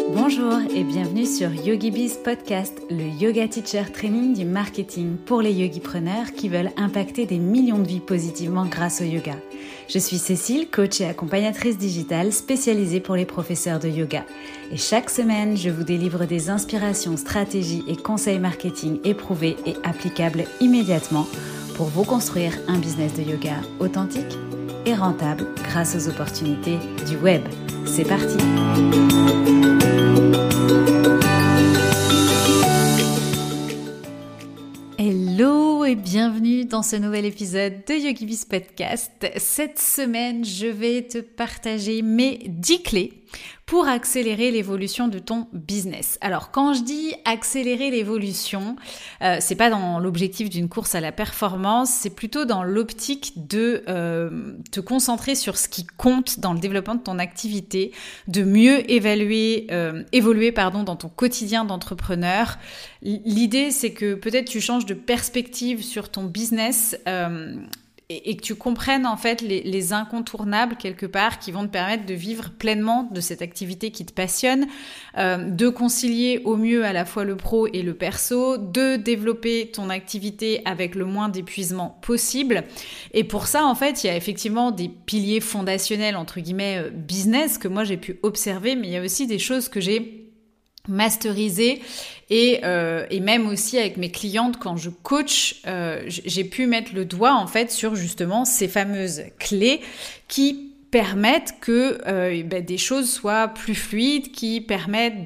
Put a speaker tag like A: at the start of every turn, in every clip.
A: Bonjour et bienvenue sur YogiBiz Podcast, le yoga teacher training du marketing pour les yogipreneurs qui veulent impacter des millions de vies positivement grâce au yoga. Je suis Cécile, coach et accompagnatrice digitale spécialisée pour les professeurs de yoga. Et chaque semaine, je vous délivre des inspirations, stratégies et conseils marketing éprouvés et applicables immédiatement pour vous construire un business de yoga authentique et rentable grâce aux opportunités du web. C'est parti! Hello et bienvenue dans ce nouvel épisode de YogiBiz Podcast. Cette semaine, je vais te partager mes 10 clés pour accélérer l'évolution de ton business. Alors, quand je dis accélérer l'évolution, c'est pas dans l'objectif d'une course à la performance, c'est plutôt dans l'optique de te concentrer sur ce qui compte dans le développement de ton activité, de mieux évoluer dans ton quotidien d'entrepreneur. L'idée, c'est que peut-être tu changes de perspective sur ton business et que tu comprennes en fait les incontournables quelque part qui vont te permettre de vivre pleinement de cette activité qui te passionne, de concilier au mieux à la fois le pro et le perso, de développer ton activité avec le moins d'épuisement possible. Et pour ça, en fait, il y a effectivement des piliers fondationnels, entre guillemets, business que moi j'ai pu observer, mais il y a aussi des choses que j'ai masterisé et même aussi avec mes clientes quand je coach, j'ai pu mettre le doigt en fait sur justement ces fameuses clés qui permettent que des choses soient plus fluides, qui permettent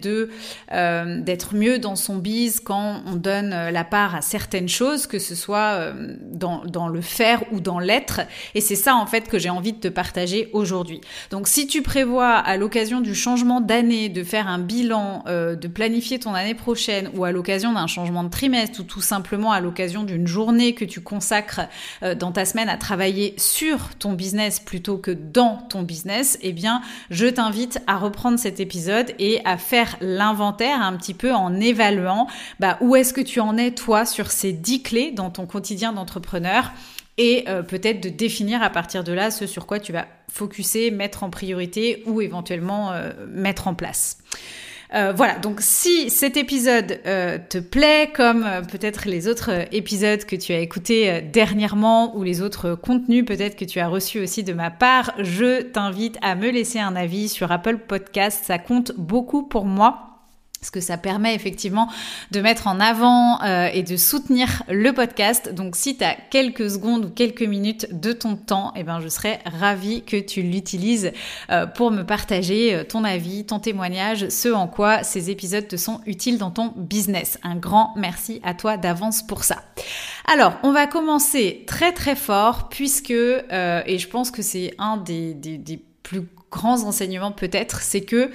A: d'être mieux dans son biz quand on donne la part à certaines choses, que ce soit dans le faire ou dans l'être. Et c'est ça en fait que j'ai envie de te partager aujourd'hui. Donc si tu prévois à l'occasion du changement d'année de faire un bilan, de planifier ton année prochaine, ou à l'occasion d'un changement de trimestre, ou tout simplement à l'occasion d'une journée que tu consacres dans ta semaine à travailler sur ton business plutôt que dans ton business, eh bien, je t'invite à reprendre cet épisode et à faire l'inventaire un petit peu en évaluant où est-ce que tu en es, toi, sur ces 10 clés dans ton quotidien d'entrepreneur et peut-être de définir à partir de là ce sur quoi tu vas focuser, mettre en priorité ou éventuellement mettre en place. Voilà, donc si cet épisode te plaît, comme peut-être les autres épisodes que tu as écoutés dernièrement ou les autres contenus peut-être que tu as reçus aussi de ma part, je t'invite à me laisser un avis sur Apple Podcast. Ça compte beaucoup pour moi, parce que ça permet effectivement de mettre en avant et de soutenir le podcast. Donc si tu as quelques secondes ou quelques minutes de ton temps, je serais ravie que tu l'utilises pour me partager ton avis, ton témoignage, ce en quoi ces épisodes te sont utiles dans ton business. Un grand merci à toi d'avance pour ça. Alors, on va commencer très très fort puisque, et je pense que c'est un des plus grands enseignements peut-être, c'est que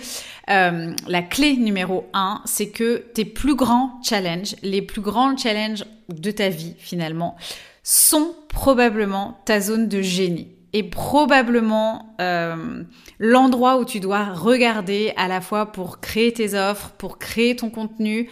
A: la clé numéro 1, c'est que tes plus grands challenges, les plus grands challenges de ta vie finalement, sont probablement ta zone de génie. Et probablement l'endroit où tu dois regarder à la fois pour créer tes offres, pour créer ton contenu,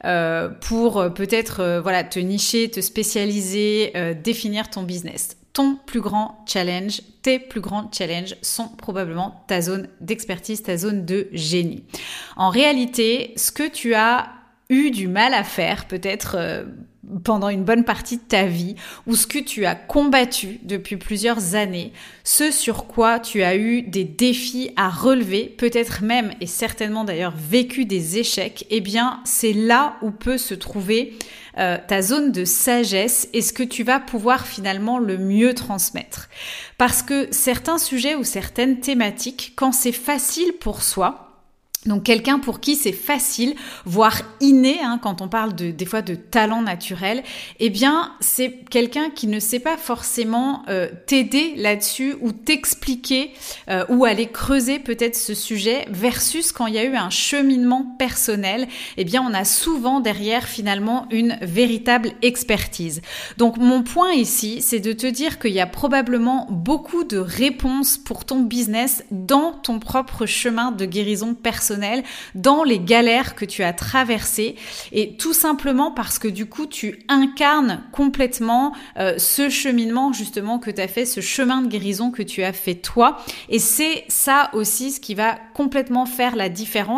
A: pour peut-être te nicher, te spécialiser, définir ton business. Ton plus grand challenge, tes plus grands challenges sont probablement ta zone d'expertise, ta zone de génie. En réalité, ce que tu as eu du mal à faire peut-être pendant une bonne partie de ta vie, ou ce que tu as combattu depuis plusieurs années, ce sur quoi tu as eu des défis à relever, peut-être même et certainement d'ailleurs vécu des échecs, eh bien c'est là où peut se trouver ta zone de sagesse et ce que tu vas pouvoir finalement le mieux transmettre. Parce que certains sujets ou certaines thématiques, quand c'est facile pour soi, donc quelqu'un pour qui c'est facile, voire inné, quand on parle des fois de talent naturel, eh bien c'est quelqu'un qui ne sait pas forcément t'aider là-dessus ou t'expliquer ou aller creuser peut-être ce sujet versus quand il y a eu un cheminement personnel, eh bien on a souvent derrière finalement une véritable expertise. Donc mon point ici, c'est de te dire qu'il y a probablement beaucoup de réponses pour ton business dans ton propre chemin de guérison personnelle, dans les galères que tu as traversées et tout simplement parce que du coup tu incarnes complètement ce cheminement justement que tu as fait, ce chemin de guérison que tu as fait toi, et c'est ça aussi ce qui va complètement faire la différence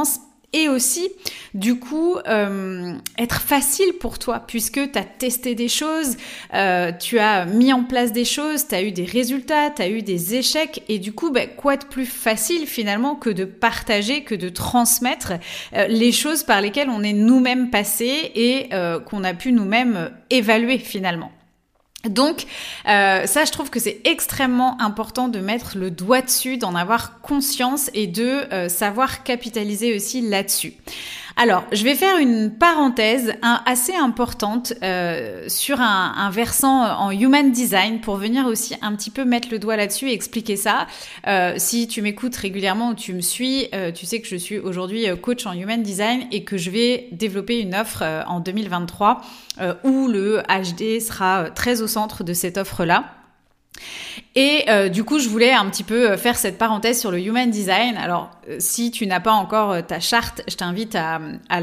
A: Et aussi, du coup, être facile pour toi puisque tu as testé des choses, tu as mis en place des choses, tu as eu des résultats, tu as eu des échecs et du coup, quoi de plus facile finalement que de partager, que de transmettre les choses par lesquelles on est nous-mêmes passés et qu'on a pu nous-mêmes évaluer finalement. Donc ça, je trouve que c'est extrêmement important de mettre le doigt dessus, d'en avoir conscience et de savoir capitaliser aussi là-dessus. Alors, je vais faire une parenthèse assez importante sur un versant en Human Design pour venir aussi un petit peu mettre le doigt là-dessus et expliquer ça. Si tu m'écoutes régulièrement ou tu me suis, tu sais que je suis aujourd'hui coach en Human Design et que je vais développer une offre en 2023 où le HD sera très au centre de cette offre-là. Et du coup, je voulais un petit peu faire cette parenthèse sur le Human Design. Alors, si tu n'as pas encore ta charte, je t'invite à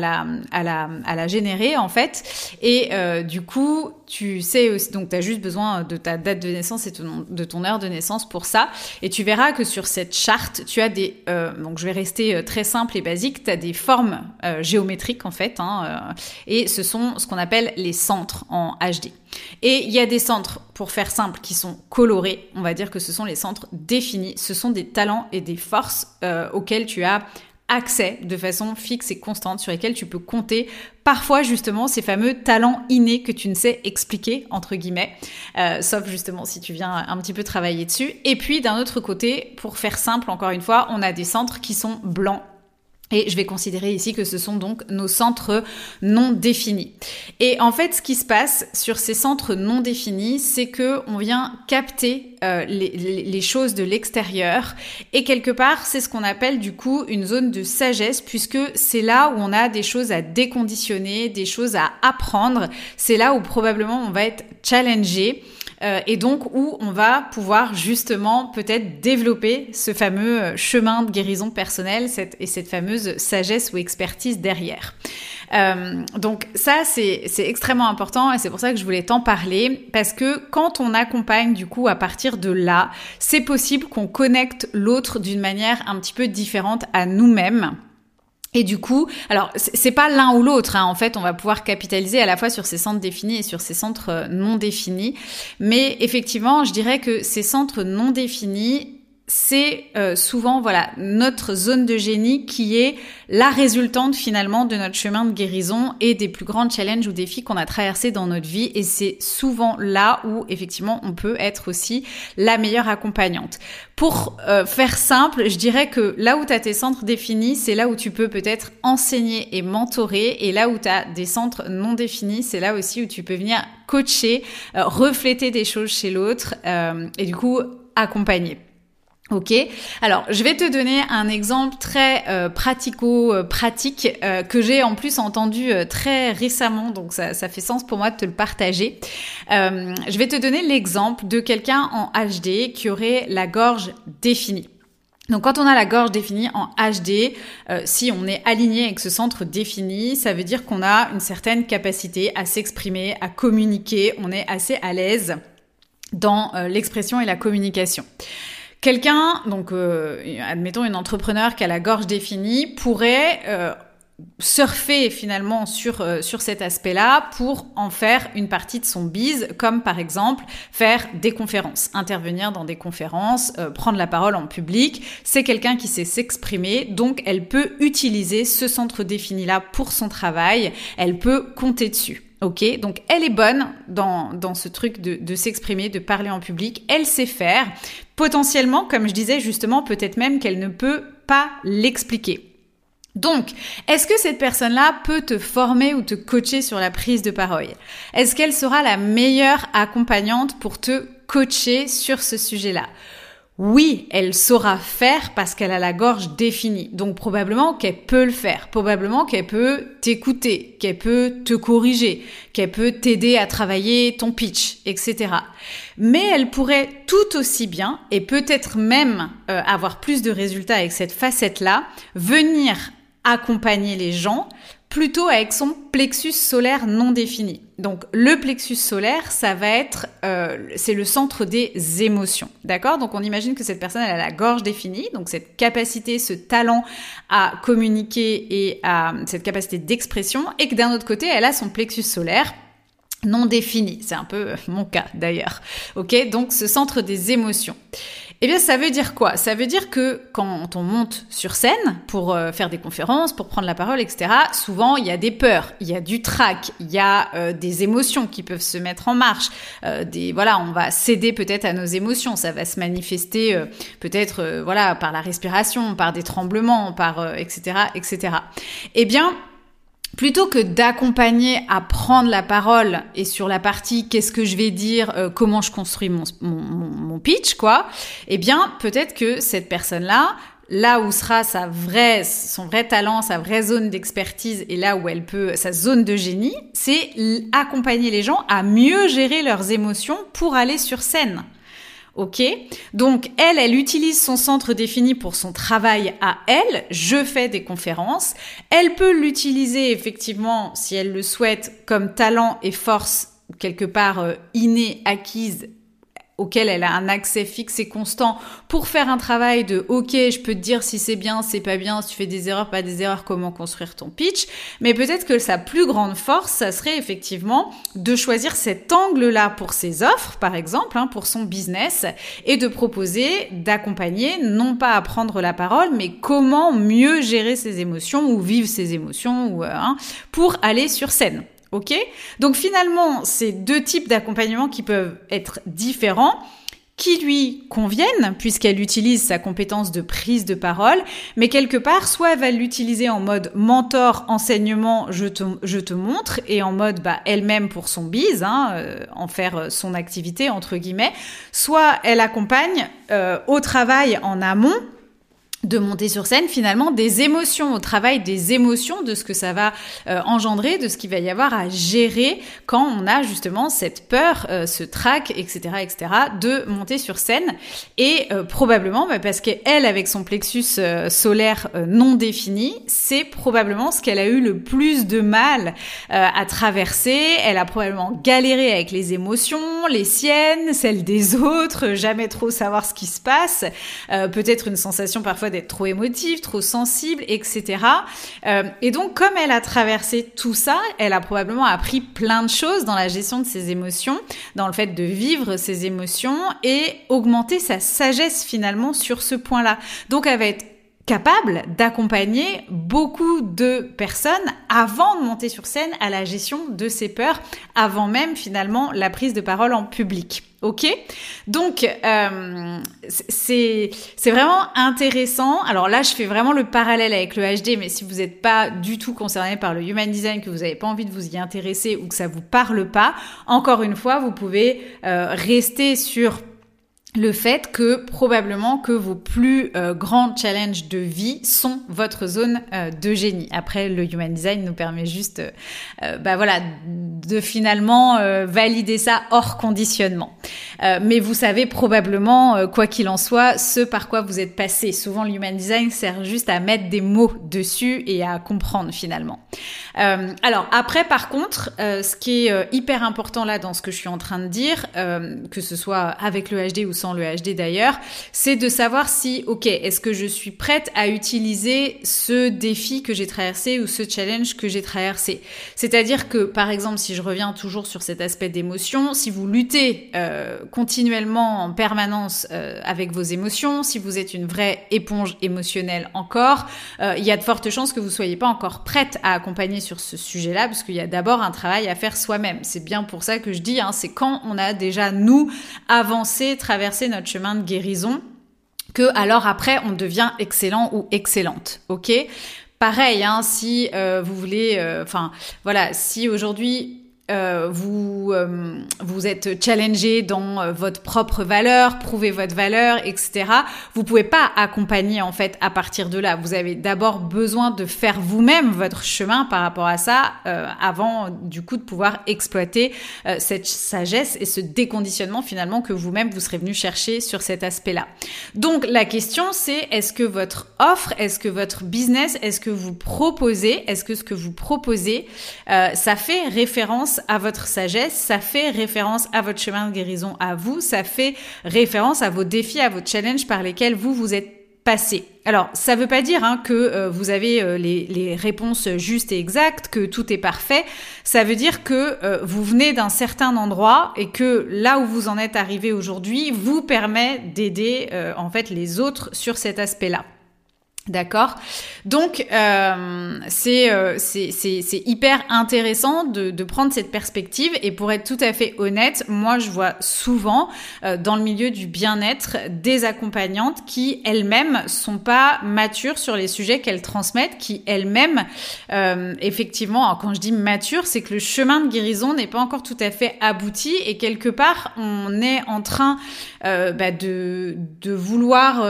A: la générer en fait. Et du coup, tu sais aussi, donc tu as juste besoin de ta date de naissance et de ton heure de naissance pour ça. Et tu verras que sur cette charte, tu as des... donc, je vais rester très simple et basique. Tu as des formes géométriques en fait. Et ce sont ce qu'on appelle les centres en HD. Et il y a des centres, pour faire simple, qui sont colorés. On va dire que ce sont les centres définis. Ce sont des talents et des forces auxquels tu as accès de façon fixe et constante, sur lesquels tu peux compter. Parfois, justement, ces fameux talents innés que tu ne sais expliquer, entre guillemets, sauf justement si tu viens un petit peu travailler dessus. Et puis, d'un autre côté, pour faire simple, encore une fois, on a des centres qui sont blancs. Et je vais considérer ici que ce sont donc nos centres non définis. Et en fait, ce qui se passe sur ces centres non définis, c'est que on vient capter les choses de l'extérieur. Et quelque part, c'est ce qu'on appelle du coup une zone de sagesse, puisque c'est là où on a des choses à déconditionner, des choses à apprendre. C'est là où probablement on va être challengé. Et donc où on va pouvoir justement peut-être développer ce fameux chemin de guérison personnelle et cette fameuse sagesse ou expertise derrière. Donc ça, c'est extrêmement important et c'est pour ça que je voulais t'en parler, parce que quand on accompagne du coup à partir de là, c'est possible qu'on connecte l'autre d'une manière un petit peu différente à nous-mêmes. Et du coup, alors c'est pas l'un ou l'autre, en fait, on va pouvoir capitaliser à la fois sur ces centres définis et sur ces centres non définis. Mais effectivement, je dirais que ces centres non définis, c'est souvent notre zone de génie qui est la résultante finalement de notre chemin de guérison et des plus grands challenges ou défis qu'on a traversés dans notre vie, et c'est souvent là où effectivement on peut être aussi la meilleure accompagnante. Pour faire simple, je dirais que là où tu as tes centres définis, c'est là où tu peux peut-être enseigner et mentorer, et là où tu as des centres non définis, c'est là aussi où tu peux venir coacher, refléter des choses chez l'autre et du coup accompagner. Ok, alors je vais te donner un exemple très pratico-pratique que j'ai en plus entendu très récemment, donc ça fait sens pour moi de te le partager. Je vais te donner l'exemple de quelqu'un en HD qui aurait la gorge définie. Donc quand on a la gorge définie en HD, si on est aligné avec ce centre défini, ça veut dire qu'on a une certaine capacité à s'exprimer, à communiquer, on est assez à l'aise dans l'expression et la communication. Quelqu'un, donc admettons une entrepreneur qui a la gorge définie, pourrait surfer finalement sur cet aspect-là pour en faire une partie de son biz, comme par exemple faire des conférences, intervenir dans des conférences, prendre la parole en public. C'est quelqu'un qui sait s'exprimer, donc elle peut utiliser ce centre défini-là pour son travail, elle peut compter dessus. Ok, donc elle est bonne dans ce truc de s'exprimer, de parler en public, elle sait faire. Potentiellement, comme je disais justement, peut-être même qu'elle ne peut pas l'expliquer. Donc, est-ce que cette personne-là peut te former ou te coacher sur la prise de parole ? Est-ce qu'elle sera la meilleure accompagnante pour te coacher sur ce sujet-là ? Oui, elle saura faire parce qu'elle a la gorge définie. Donc probablement qu'elle peut le faire. Probablement qu'elle peut t'écouter, qu'elle peut te corriger, qu'elle peut t'aider à travailler ton pitch, etc. Mais elle pourrait tout aussi bien, et peut-être même avoir plus de résultats avec cette facette-là, venir accompagner les gens plutôt avec son plexus solaire non défini. Donc, le plexus solaire, ça va être, c'est le centre des émotions, d'accord? Donc, on imagine que cette personne, elle a la gorge définie, donc cette capacité, ce talent à communiquer et à cette capacité d'expression, et que d'un autre côté, elle a son plexus solaire non défini. C'est un peu mon cas d'ailleurs, ok? Donc, ce centre des émotions. Eh bien, ça veut dire quoi? Ça veut dire que quand on monte sur scène pour faire des conférences, pour prendre la parole, etc., souvent, il y a des peurs, il y a du trac, il y a des émotions qui peuvent se mettre en marche. On va céder peut-être à nos émotions. Ça va se manifester peut-être par la respiration, par des tremblements, par etc., etc. Eh bien, plutôt que d'accompagner à prendre la parole et sur la partie qu'est-ce que je vais dire, comment je construis mon pitch, quoi, eh bien, peut-être que cette personne-là, là où sera son vrai talent, sa vraie zone d'expertise et là où sa zone de génie, c'est accompagner les gens à mieux gérer leurs émotions pour aller sur scène. Ok, donc elle utilise son centre défini pour son travail à elle. Je fais des conférences. Elle peut l'utiliser effectivement, si elle le souhaite, comme talent et force quelque part innée, acquise, auquel elle a un accès fixe et constant pour faire un travail de « ok, je peux te dire si c'est bien, c'est pas bien, si tu fais des erreurs, pas des erreurs, comment construire ton pitch ». Mais peut-être que sa plus grande force, ça serait effectivement de choisir cet angle-là pour ses offres, par exemple, pour son business, et de proposer, d'accompagner, non pas à prendre la parole, mais comment mieux gérer ses émotions ou vivre ses émotions pour aller sur scène. Ok ? Donc finalement, c'est deux types d'accompagnement qui peuvent être différents, qui lui conviennent, puisqu'elle utilise sa compétence de prise de parole, mais quelque part, soit elle va l'utiliser en mode mentor, enseignement, je te montre, et en mode elle-même pour son biz, en faire son activité, entre guillemets, soit elle accompagne au travail en amont, de monter sur scène finalement des émotions, au travail des émotions, de ce que ça va engendrer, de ce qu'il va y avoir à gérer quand on a justement cette peur, ce trac, etc., de monter sur scène. Et probablement, parce qu'elle, avec son plexus solaire non défini, c'est probablement ce qu'elle a eu le plus de mal à traverser. Elle a probablement galéré avec les émotions, les siennes, celles des autres, jamais trop savoir ce qui se passe, peut-être une sensation parfois d'être trop émotive, trop sensible, etc. Et donc, comme elle a traversé tout ça, elle a probablement appris plein de choses dans la gestion de ses émotions, dans le fait de vivre ses émotions et augmenter sa sagesse finalement sur ce point-là. Donc, elle va être capable d'accompagner beaucoup de personnes avant de monter sur scène à la gestion de ses peurs, avant même finalement la prise de parole en public. Ok ? Donc, c'est vraiment intéressant. Alors là, je fais vraiment le parallèle avec le HD, mais si vous n'êtes pas du tout concerné par le Human Design, que vous n'avez pas envie de vous y intéresser ou que ça vous parle pas, encore une fois, vous pouvez rester sur le fait que probablement que vos plus grands challenges de vie sont votre zone de génie. Après, le Human Design nous permet juste de finalement valider ça hors conditionnement. Mais vous savez probablement, quoi qu'il en soit, ce par quoi vous êtes passé. Souvent, le Human Design sert juste à mettre des mots dessus et à comprendre finalement. Alors après, par contre, ce qui est hyper important là dans ce que je suis en train de dire, que ce soit avec le HD ou sans le HD d'ailleurs, c'est de savoir si, ok, est-ce que je suis prête à utiliser ce défi que j'ai traversé ou ce challenge que j'ai traversé. C'est-à-dire que, par exemple, si je reviens toujours sur cet aspect d'émotion, si vous luttez continuellement en permanence avec vos émotions, si vous êtes une vraie éponge émotionnelle encore, il y a de fortes chances que vous soyez pas encore prête à accompagner sur ce sujet-là, parce qu'il y a d'abord un travail à faire soi-même. C'est bien pour ça que je dis, c'est quand on a déjà, nous, avancé, traversé notre chemin de guérison, que alors après, on devient excellent ou excellente, ok ? Pareil, si vous voulez... si aujourd'hui... vous êtes challengé dans votre propre valeur, prouver votre valeur, etc. Vous pouvez pas accompagner en fait à partir de là. Vous avez d'abord besoin de faire vous-même votre chemin par rapport à ça avant du coup de pouvoir exploiter cette sagesse et ce déconditionnement finalement que vous-même vous serez venu chercher sur cet aspect-là. Donc la question c'est, est-ce que votre offre, est-ce que votre business, est-ce que ce que vous proposez, ça fait référence référence à votre sagesse, ça fait référence à votre chemin de guérison à vous, ça fait référence à vos défis, à vos challenges par lesquels vous êtes passé. Alors, ça veut pas dire que vous avez les réponses justes et exactes, que tout est parfait. Ça veut dire que vous venez d'un certain endroit et que là où vous en êtes arrivé aujourd'hui vous permet d'aider en fait les autres sur cet aspect-là. D'accord. Donc c'est hyper intéressant de prendre cette perspective, et pour être tout à fait honnête, moi je vois souvent dans le milieu du bien-être des accompagnantes qui elles-mêmes sont pas matures sur les sujets qu'elles transmettent, qui elles-mêmes effectivement, alors quand je dis mature, c'est que le chemin de guérison n'est pas encore tout à fait abouti, et quelque part on est en train de vouloir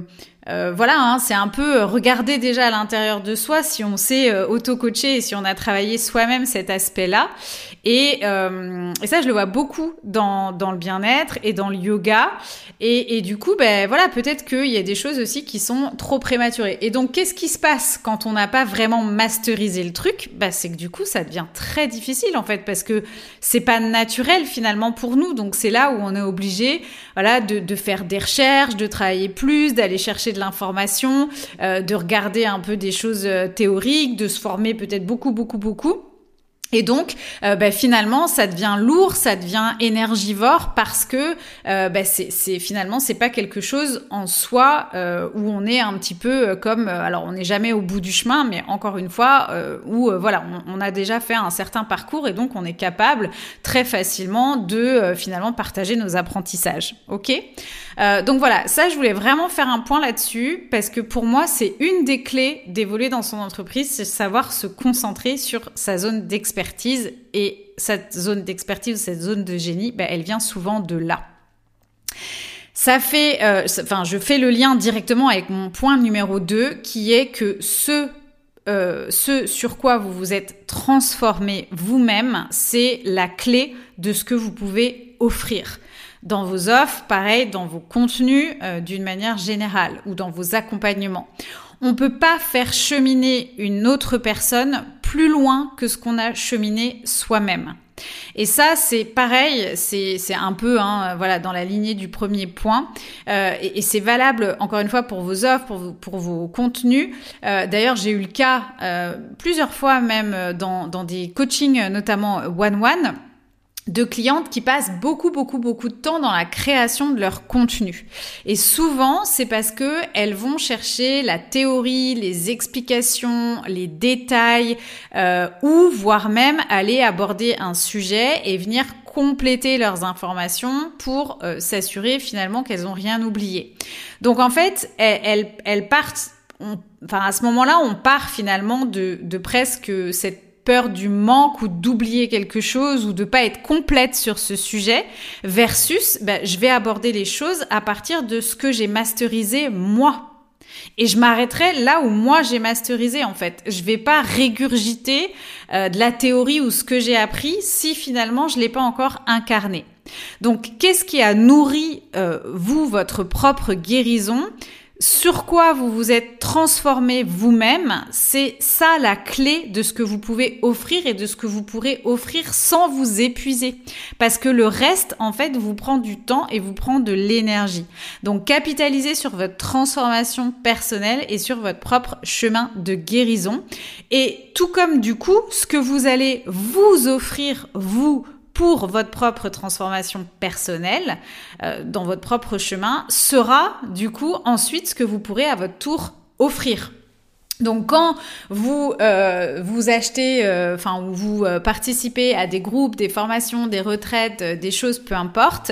A: c'est un peu regarder déjà à l'intérieur de soi si on s'est auto-coaché et si on a travaillé soi-même cet aspect-là. Et ça, je le vois beaucoup dans le bien-être et dans le yoga. Et du coup, peut-être qu'il y a des choses aussi qui sont trop prématurées. Et donc, qu'est-ce qui se passe quand on n'a pas vraiment masterisé le truc ? C'est que du coup, ça devient très difficile en fait, parce que c'est pas naturel finalement pour nous. Donc, c'est là où on est obligé, de faire des recherches, de travailler plus, d'aller chercher de l'information, de regarder un peu des choses théoriques, de se former peut-être beaucoup. Et donc, finalement, ça devient lourd, ça devient énergivore, parce que c'est pas quelque chose en soi où on est un petit peu comme, alors on n'est jamais au bout du chemin, mais encore une fois on a déjà fait un certain parcours, et donc on est capable très facilement de finalement partager nos apprentissages. Ok. Donc voilà, ça je voulais vraiment faire un point là-dessus, parce que pour moi c'est une des clés d'évoluer dans son entreprise, c'est savoir se concentrer sur sa zone d'expertise, et cette zone d'expertise, cette zone de génie, elle vient souvent de là. Ça fait, je fais le lien directement avec mon point numéro 2, qui est que ce sur quoi vous vous êtes transformé vous-même, c'est la clé de ce que vous pouvez offrir. Dans vos offres, pareil, dans vos contenus d'une manière générale, ou dans vos accompagnements. On peut pas faire cheminer une autre personne plus loin que ce qu'on a cheminé soi-même. Et ça, c'est pareil, c'est un peu dans la lignée du premier point, et c'est valable encore une fois pour vos offres, pour vos contenus. D'ailleurs, j'ai eu le cas plusieurs fois même dans des coachings, notamment one-one, de clientes qui passent beaucoup de temps dans la création de leur contenu. Et souvent, c'est parce que elles vont chercher la théorie, les explications, les détails, ou voire même aller aborder un sujet et venir compléter leurs informations pour s'assurer finalement qu'elles n'ont rien oublié. Donc en fait, elles partent, à ce moment-là, on part finalement de presque cette peur du manque, ou d'oublier quelque chose, ou de pas être complète sur ce sujet, versus je vais aborder les choses à partir de ce que j'ai masterisé moi. Et je m'arrêterai là où moi j'ai masterisé en fait. Je vais pas régurgiter de la théorie ou ce que j'ai appris si finalement je l'ai pas encore incarné. Donc qu'est-ce qui a nourri votre propre guérison ? Sur quoi vous vous êtes transformé vous-même, c'est ça la clé de ce que vous pouvez offrir et de ce que vous pourrez offrir sans vous épuiser. Parce que le reste, en fait, vous prend du temps et vous prend de l'énergie. Donc, capitalisez sur votre transformation personnelle et sur votre propre chemin de guérison. Et tout comme du coup, ce que vous allez vous offrir, pour votre propre transformation personnelle, dans votre propre chemin, sera du coup ensuite ce que vous pourrez à votre tour offrir. Donc quand vous achetez, ou vous participez à des groupes, des formations, des retraites, des choses, peu importe,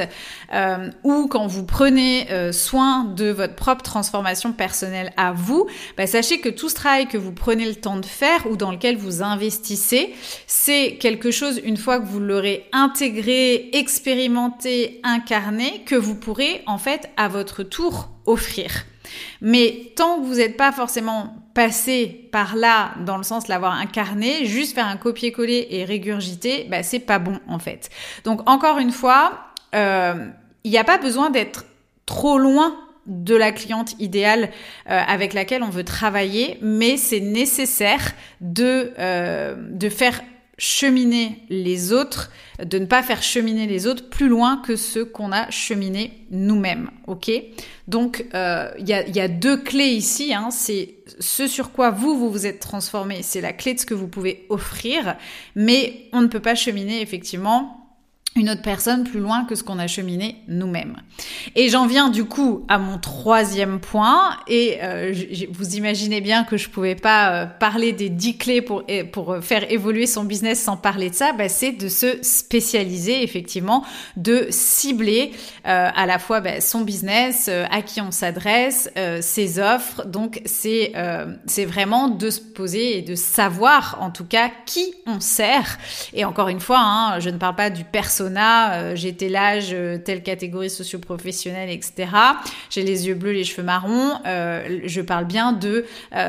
A: ou quand vous prenez soin de votre propre transformation personnelle à vous, sachez que tout ce travail que vous prenez le temps de faire ou dans lequel vous investissez, c'est quelque chose, une fois que vous l'aurez intégré, expérimenté, incarné, que vous pourrez en fait à votre tour offrir. Mais tant que vous n'êtes pas forcément passé par là, dans le sens de l'avoir incarné, juste faire un copier-coller et régurgiter, c'est pas bon en fait. Donc encore une fois, il n'y a pas besoin d'être trop loin de la cliente idéale avec laquelle on veut travailler, mais c'est nécessaire de faire cheminer les autres, de ne pas faire cheminer les autres plus loin que ce qu'on a cheminé nous-mêmes, ok ? Donc, il y a 2 clés ici, hein, c'est ce sur quoi vous vous êtes transformé, c'est la clé de ce que vous pouvez offrir, mais on ne peut pas cheminer effectivement une autre personne plus loin que ce qu'on a cheminé nous-mêmes. Et j'en viens du coup à mon 3e point, et vous imaginez bien que je pouvais pas parler des 10 clés pour faire évoluer son business sans parler de ça, c'est de se spécialiser effectivement, de cibler à la fois son business, à qui on s'adresse, ses offres, donc c'est vraiment de se poser et de savoir en tout cas qui on sert, et encore une fois, hein, je ne parle pas du personnage, j'ai tel âge, telle catégorie socio-professionnelle, etc. J'ai les yeux bleus, les cheveux marrons. Je parle bien de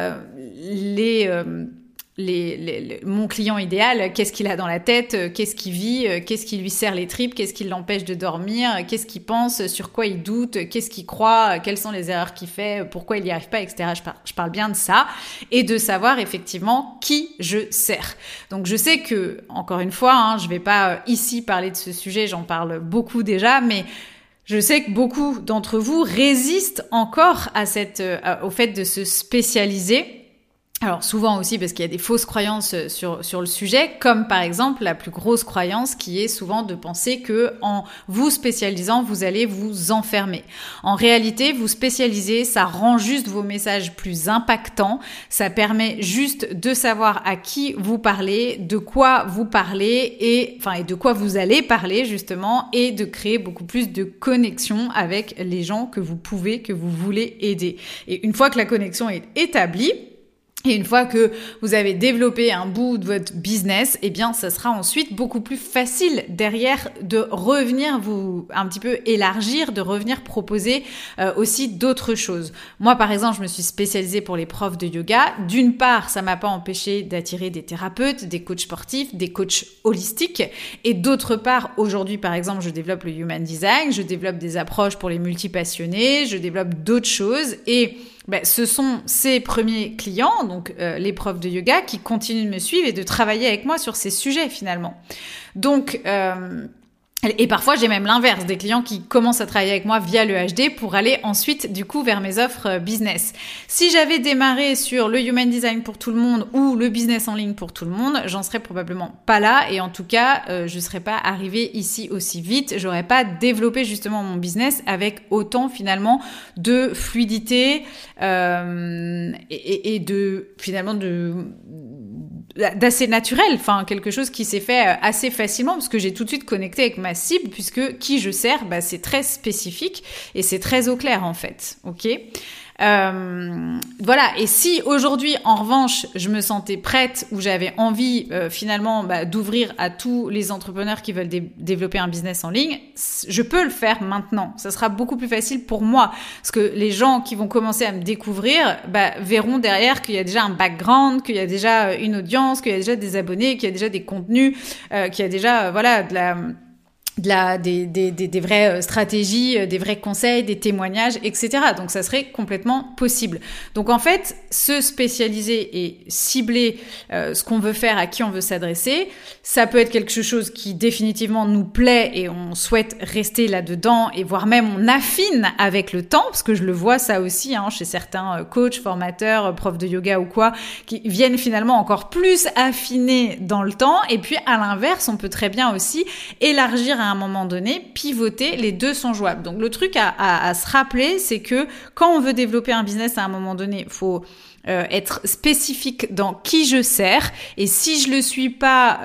A: mon client idéal, qu'est-ce qu'il a dans la tête, qu'est-ce qu'il vit, qu'est-ce qui lui serre les tripes, qu'est-ce qui l'empêche de dormir, qu'est-ce qu'il pense, sur quoi il doute, qu'est-ce qu'il croit, quelles sont les erreurs qu'il fait, pourquoi il n'y arrive pas, etc. Je parle bien de ça, et de savoir effectivement qui je sers. Donc je sais que, encore une fois, hein, je vais pas ici parler de ce sujet, j'en parle beaucoup déjà, mais je sais que beaucoup d'entre vous résistent encore à au fait de se spécialiser. Alors souvent aussi parce qu'il y a des fausses croyances sur le sujet, comme par exemple la plus grosse croyance qui est souvent de penser que en vous spécialisant, vous allez vous enfermer. En réalité, vous spécialiser, ça rend juste vos messages plus impactants, ça permet juste de savoir à qui vous parlez, de quoi vous parlez et de quoi vous allez parler justement, et de créer beaucoup plus de connexion avec les gens que vous voulez aider. Et une fois que la connexion est établie, et une fois que vous avez développé un bout de votre business, ça sera ensuite beaucoup plus facile derrière de revenir vous un petit peu élargir, de revenir proposer aussi d'autres choses. Moi, par exemple, je me suis spécialisée pour les profs de yoga. D'une part, ça m'a pas empêché d'attirer des thérapeutes, des coachs sportifs, des coachs holistiques. Et d'autre part, aujourd'hui, par exemple, je développe le human design, je développe des approches pour les multipassionnés, je développe d'autres choses, et ce sont ces premiers clients, donc les profs de yoga, qui continuent de me suivre et de travailler avec moi sur ces sujets finalement. Donc, et parfois j'ai même l'inverse, des clients qui commencent à travailler avec moi via le HD pour aller ensuite du coup vers mes offres business. Si j'avais démarré sur le human design pour tout le monde ou le business en ligne pour tout le monde, j'en serais probablement pas là, et en tout cas je serais pas arrivée ici aussi vite, j'aurais pas développé justement mon business avec autant finalement de fluidité et de finalement d'assez naturel, quelque chose qui s'est fait assez facilement parce que j'ai tout de suite connecté avec ma cible, puisque qui je sers, c'est très spécifique et c'est très au clair en fait, ok ? Voilà. Et si aujourd'hui, en revanche, je me sentais prête, ou j'avais envie finalement d'ouvrir à tous les entrepreneurs qui veulent développer un business en ligne, je peux le faire maintenant. Ça sera beaucoup plus facile pour moi, parce que les gens qui vont commencer à me découvrir verront derrière qu'il y a déjà un background, qu'il y a déjà une audience, qu'il y a déjà des abonnés, qu'il y a déjà des contenus, qu'il y a déjà des vraies stratégies, des vrais conseils, des témoignages, etc. Donc ça serait complètement possible. Donc en fait, se spécialiser et cibler ce qu'on veut faire, à qui on veut s'adresser, ça peut être quelque chose qui définitivement nous plaît et on souhaite rester là-dedans, et voire même on affine avec le temps, parce que je le vois ça aussi chez certains coachs, formateurs, profs de yoga ou quoi, qui viennent finalement encore plus affiner dans le temps. Et puis à l'inverse, on peut très bien aussi élargir à un moment donné, pivoter, les deux sont jouables. Donc le truc à se rappeler, c'est que quand on veut développer un business à un moment donné, il faut être spécifique dans qui je sers, et si je le suis pas,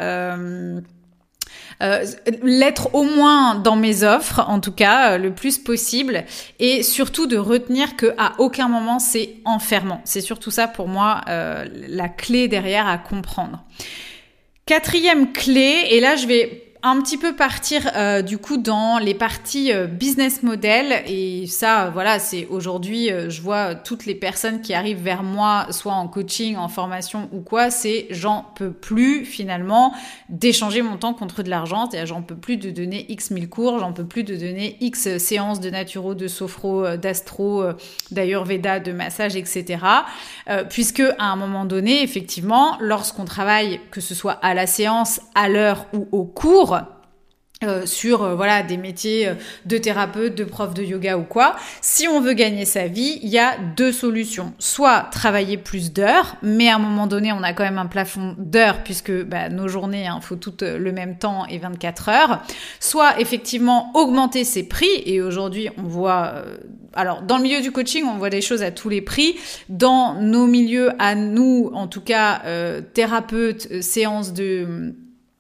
A: l'être au moins dans mes offres, en tout cas le plus possible, et surtout de retenir que à aucun moment c'est enfermant. C'est surtout ça pour moi la clé derrière à comprendre. 4e clé, et là je vais un petit peu partir du coup dans les parties business model, et ça voilà, c'est aujourd'hui je vois toutes les personnes qui arrivent vers moi soit en coaching, en formation ou quoi, c'est j'en peux plus finalement d'échanger mon temps contre de l'argent, c'est-à-dire j'en peux plus de donner X mille cours, j'en peux plus de donner X séances de naturo, de sophro, d'astro, d'ayurveda, de massage, etc. Puisque à un moment donné, effectivement, lorsqu'on travaille, que ce soit à la séance, à l'heure ou au cours, sur voilà des métiers de thérapeute, de prof de yoga ou quoi, si on veut gagner sa vie, il y a deux solutions. Soit travailler plus d'heures, mais à un moment donné, on a quand même un plafond d'heures puisque nos journées, faut toutes le même temps et 24 heures. Soit effectivement augmenter ses prix, et aujourd'hui on voit... alors, dans le milieu du coaching, on voit des choses à tous les prix. Dans nos milieux, à nous, en tout cas, thérapeutes, séances de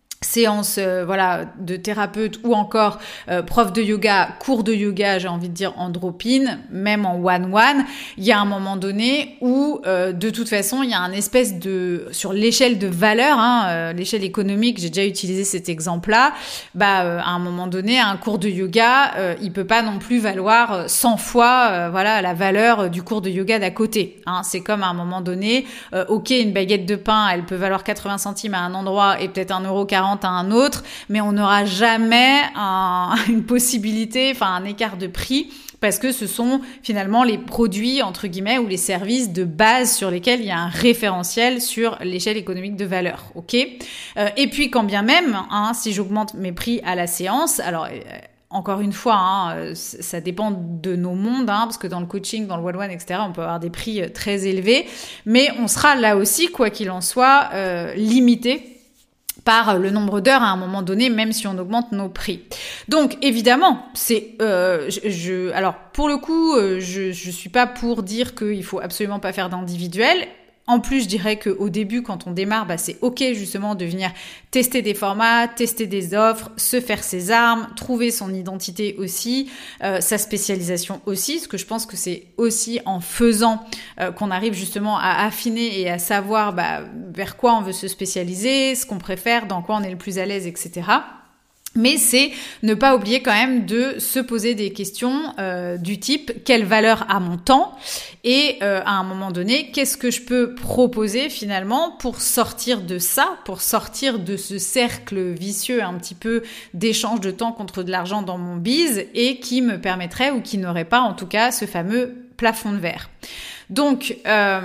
A: thérapeute, ou encore prof de yoga, cours de yoga, j'ai envie de dire en drop-in, même en one-one, il y a un moment donné où de toute façon il y a un espèce de, sur l'échelle de valeur, l'échelle économique, j'ai déjà utilisé cet exemple-là, à un moment donné un cours de yoga il peut pas non plus valoir 100 fois la valeur du cours de yoga d'à côté, c'est comme à un moment donné ok, une baguette de pain elle peut valoir 80 centimes à un endroit et peut-être 1,40 € à un autre, mais on n'aura jamais une possibilité, un écart de prix, parce que ce sont finalement les produits, entre guillemets, ou les services de base sur lesquels il y a un référentiel sur l'échelle économique de valeur, ok ? Et puis quand bien même, si j'augmente mes prix à la séance, alors... encore une fois, ça dépend de nos mondes, parce que dans le coaching, dans le one-one, etc., on peut avoir des prix très élevés, mais on sera là aussi, quoi qu'il en soit, limité par le nombre d'heures à un moment donné, même si on augmente nos prix. Donc évidemment, c'est alors pour le coup, je suis pas pour dire qu'il faut absolument pas faire d'individuel. En plus, je dirais qu'au début, quand on démarre, c'est ok justement de venir tester des formats, tester des offres, se faire ses armes, trouver son identité aussi, sa spécialisation aussi, parce que je pense que c'est aussi en faisant qu'on arrive justement à affiner et à savoir vers quoi on veut se spécialiser, ce qu'on préfère, dans quoi on est le plus à l'aise, etc. Mais c'est ne pas oublier quand même de se poser des questions du type quelle valeur a mon temps, et à un moment donné qu'est-ce que je peux proposer finalement pour sortir de ça, pour sortir de ce cercle vicieux un petit peu d'échange de temps contre de l'argent dans mon biz, et qui me permettrait, ou qui n'aurait pas en tout cas ce fameux plafond de verre. Donc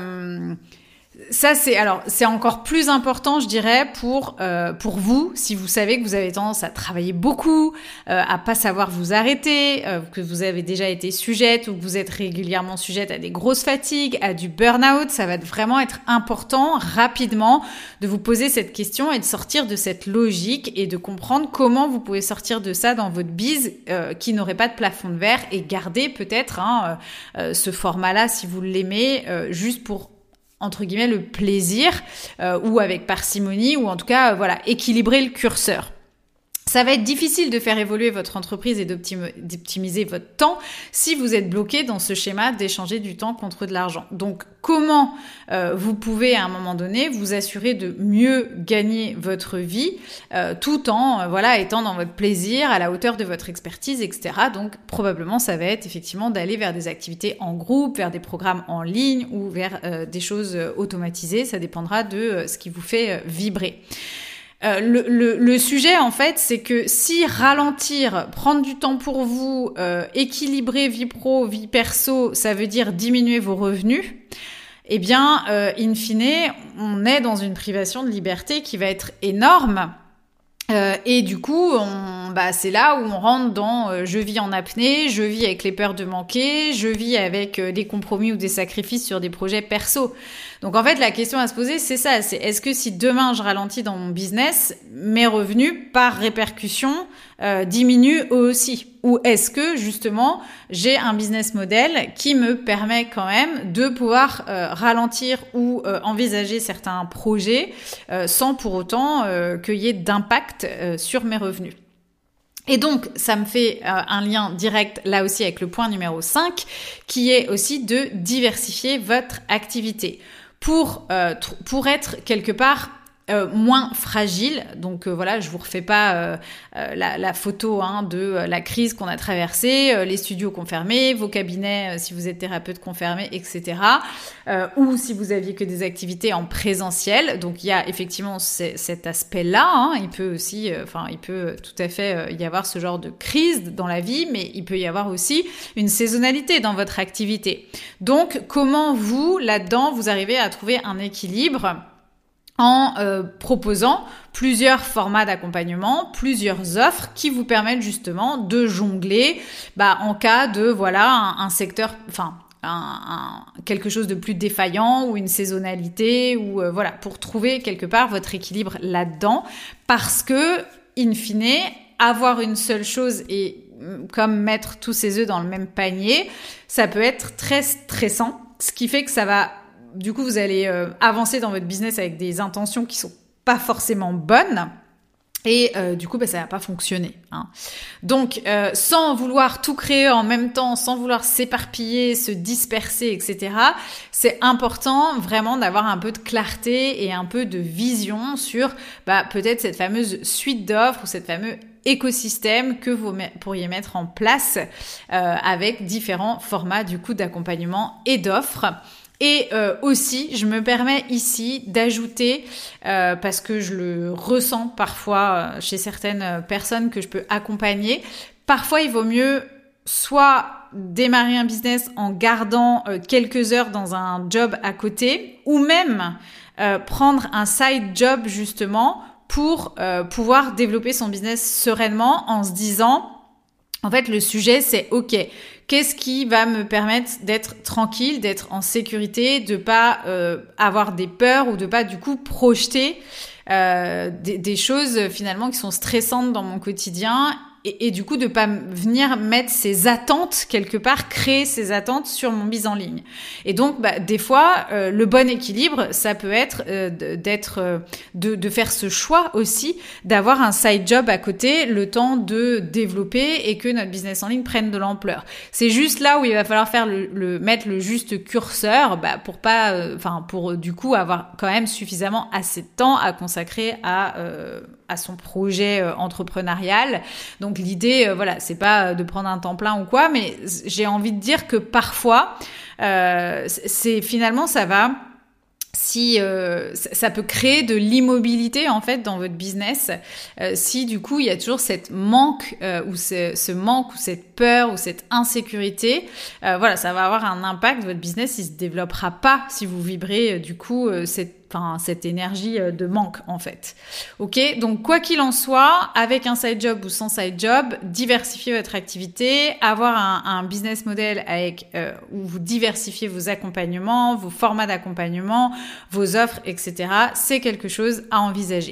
A: ça, c'est encore plus important, je dirais, pour vous, si vous savez que vous avez tendance à travailler beaucoup, à pas savoir vous arrêter, que vous avez déjà été sujette, ou que vous êtes régulièrement sujette à des grosses fatigues, à du burn-out. Ça va vraiment être important, rapidement, de vous poser cette question et de sortir de cette logique et de comprendre comment vous pouvez sortir de ça dans votre biz qui n'aurait pas de plafond de verre, et garder peut-être ce format-là, si vous l'aimez, juste pour entre guillemets le plaisir, ou avec parcimonie, ou en tout cas équilibrer le curseur. Ça va être difficile de faire évoluer votre entreprise et d'optimiser votre temps si vous êtes bloqué dans ce schéma d'échanger du temps contre de l'argent. Donc, comment vous pouvez à un moment donné vous assurer de mieux gagner votre vie tout en étant dans votre plaisir, à la hauteur de votre expertise, etc. Donc, probablement, ça va être effectivement d'aller vers des activités en groupe, vers des programmes en ligne, ou vers des choses automatisées. Ça dépendra de ce qui vous fait vibrer. Le sujet, en fait, c'est que si ralentir, prendre du temps pour vous, équilibrer vie pro, vie perso, ça veut dire diminuer vos revenus, eh bien, in fine, on est dans une privation de liberté qui va être énorme. Et du coup, c'est là où on rentre dans je vis en apnée, je vis avec les peurs de manquer, je vis avec des compromis ou des sacrifices sur des projets perso. Donc en fait, la question à se poser, c'est ça, c'est est-ce que si demain je ralentis dans mon business, mes revenus par répercussion diminuent eux aussi? Ou est-ce que justement j'ai un business model qui me permet quand même de pouvoir ralentir ou envisager certains projets sans pour autant qu'il y ait d'impact sur mes revenus? Et donc, ça me fait un lien direct là aussi avec le point numéro 5, qui est aussi de diversifier votre activité pour être quelque part moins fragile. Donc voilà, je vous refais pas la photo de la crise qu'on a traversée, les studios qu'on fermait, vos cabinets si vous êtes thérapeute qu'on fermait, etc. Ou si vous aviez que des activités en présentiel. Donc il y a effectivement cet aspect-là. Il peut aussi, il peut tout à fait y avoir ce genre de crise dans la vie, mais il peut y avoir aussi une saisonnalité dans votre activité. Donc comment vous, là-dedans, vous arrivez à trouver un équilibre en proposant plusieurs formats d'accompagnement, plusieurs offres qui vous permettent justement de jongler en cas de un secteur, quelque chose de plus défaillant ou une saisonnalité ou pour trouver quelque part votre équilibre là-dedans, parce que in fine, avoir une seule chose et comme mettre tous ses œufs dans le même panier, ça peut être très stressant, ce qui fait que ça va du coup, vous allez avancer dans votre business avec des intentions qui sont pas forcément bonnes. Et du coup, ça va pas fonctionner. Donc, sans vouloir tout créer en même temps, sans vouloir s'éparpiller, se disperser, etc., c'est important vraiment d'avoir un peu de clarté et un peu de vision sur peut-être cette fameuse suite d'offres ou cette fameuse écosystème que vous pourriez mettre en place avec différents formats du coup d'accompagnement et d'offres. Et aussi, je me permets ici d'ajouter, parce que je le ressens parfois chez certaines personnes que je peux accompagner, parfois il vaut mieux soit démarrer un business en gardant quelques heures dans un job à côté, ou même prendre un side job justement pour pouvoir développer son business sereinement en se disant, en fait, le sujet c'est OK, qu'est-ce qui va me permettre d'être tranquille, d'être en sécurité, de pas avoir des peurs ou de pas du coup projeter des choses finalement qui sont stressantes dans mon quotidien et du coup de pas venir mettre ces attentes quelque part, créer ces attentes sur mon mise en ligne. Et donc des fois le bon équilibre ça peut être de faire ce choix aussi d'avoir un side job à côté le temps de développer et que notre business en ligne prenne de l'ampleur. C'est juste là où il va falloir faire mettre le juste curseur pour pas pour du coup avoir quand même suffisamment assez de temps à consacrer à son projet entrepreneurial. Donc l'idée, c'est pas de prendre un temps plein ou quoi, mais j'ai envie de dire que parfois, c'est finalement ça va. Si ça peut créer de l'immobilité en fait dans votre business, si du coup il y a toujours cette manque ou ce manque ou cette peur ou cette insécurité, ça va avoir un impact. Votre business il se développera pas si vous vibrez du coup cette énergie de manque en fait. Ok, donc quoi qu'il en soit, avec un side job ou sans side job, diversifiez votre activité, avoir un business model où vous diversifiez vos accompagnements, vos formats d'accompagnement, vos offres, etc. C'est quelque chose à envisager.